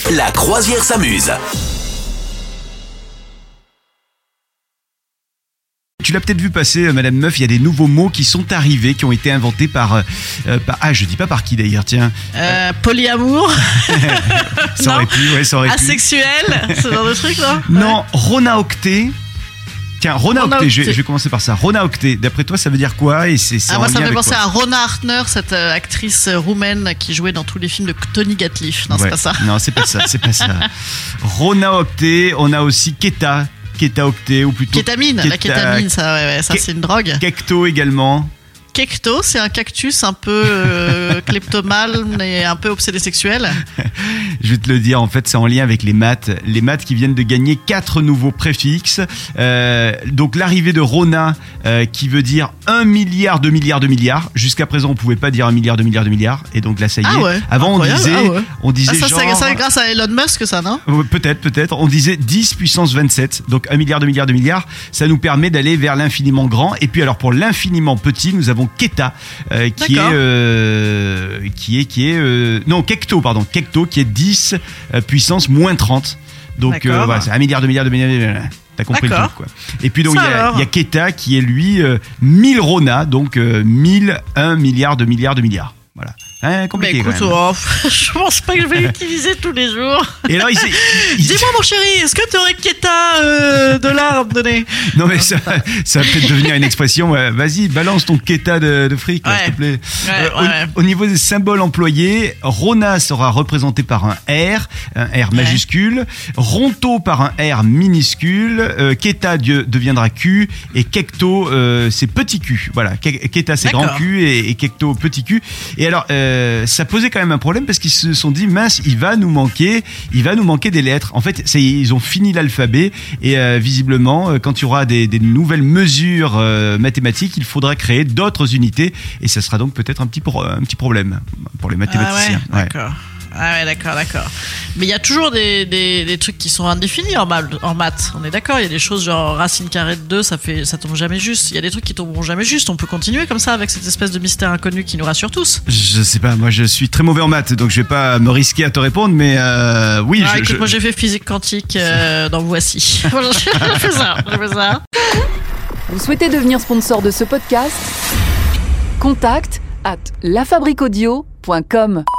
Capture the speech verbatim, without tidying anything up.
La croisière s'amuse. Tu l'as peut-être vu passer, Madame Meuf, il y a des nouveaux mots qui sont arrivés, qui ont été inventés par... Euh, par ah, je dis pas par qui d'ailleurs, tiens. Euh, polyamour. Ça aurait pu, ouais, ça aurait pu. Asexuel, ce genre de truc, non? Non, ouais. Ronaocté. Tiens, Ronaocté, je, je vais commencer par ça. Ronaocté, d'après toi, ça veut dire quoi? Et c'est, c'est ah, en moi, ça lien me fait avec penser quoi? à Rona Hartner, cette euh, actrice roumaine qui jouait dans tous les films de Tony Gatliff. Non, ouais. c'est pas ça. Non, c'est pas ça, c'est pas ça. Ronaocté, on a aussi Keta. Kétaocté ou plutôt Kétamine, Kéta... la kétamine, ça, ouais, ouais, ça Ké... c'est une drogue. Kekto également. Kekto, c'est un cactus un peu euh, kleptomane et un peu obsédé sexuel. Je vais te le dire, en fait, c'est en lien avec les maths. Les maths qui viennent de gagner quatre nouveaux préfixes. Euh, donc l'arrivée de Rona, euh, qui veut dire un milliard de milliards de milliards. Jusqu'à présent, on pouvait pas dire un milliard de milliards de milliards. Et donc là, ça y est. Ah ouais, avant, on disait, ah ouais. on disait ah, ça, genre... c'est, ça, grâce à Elon Musk, ça, non? Peut-être, peut-être. On disait dix puissance vingt-sept. Donc un milliard de milliards de milliards. Ça nous permet d'aller vers l'infiniment grand. Et puis alors, pour l'infiniment petit, nous avons Keta. Euh, qui, est, euh, qui est qui est euh, non Kekto pardon Kekto qui est dix euh, puissance moins trente, donc euh, voilà, c'est un milliard de milliards de milliards. T'as compris D'accord. le truc, quoi. Et puis donc il y, y a Keta qui est lui euh, mille Rona, donc euh, mille un milliard de milliards de milliards. Voilà. Hein, compliqué, bah écoute, quand même. Oh, je pense pas que je vais l'utiliser tous les jours. Et alors, il s'est, il... Dis-moi, mon chéri, est-ce que tu aurais Keta euh, de l'art à me donner? Non, mais ça, ça va peut-être devenir une expression. Ouais, vas-y, balance ton Keta de, de fric, ouais. là, s'il te plaît. Ouais, euh, ouais. Au, au niveau des symboles employés, Rona sera représenté par un R, un R majuscule. Ouais. Ronto par un R minuscule. Euh, Keta deviendra Q. Et Kekto, euh, c'est petit Q. Voilà, Keta, c'est D'accord. grand Q et, et Kekto, petit Q. Et alors, euh, ça posait quand même un problème parce qu'ils se sont dit mince, il va nous manquer, il va nous manquer des lettres. En fait, ça y est, ils ont fini l'alphabet et euh, visiblement, euh, quand il y aura des, des nouvelles mesures euh, mathématiques, il faudra créer d'autres unités et ça sera donc peut-être un petit, pour, un petit problème pour les mathématiciens. Ah ouais, d'accord. Ouais. Ah ouais, d'accord, d'accord. Mais il y a toujours des, des, des trucs qui sont indéfinis en maths, en maths. On est d'accord, il y a des choses genre racine carrée de deux, ça, fait, ça tombe jamais juste. Il y a des trucs qui tomberont jamais juste. On peut continuer comme ça avec cette espèce de mystère inconnu qui nous rassure tous. Je sais pas, moi je suis très mauvais en maths, donc je vais pas me risquer à te répondre, mais euh, oui. Ah, je, écoute, je... moi j'ai fait physique quantique euh, dans Voici. Voilà, j'ai fait ça, j'ai fait ça. Vous souhaitez devenir sponsor de ce podcast? Contact at lafabriquaudio point com.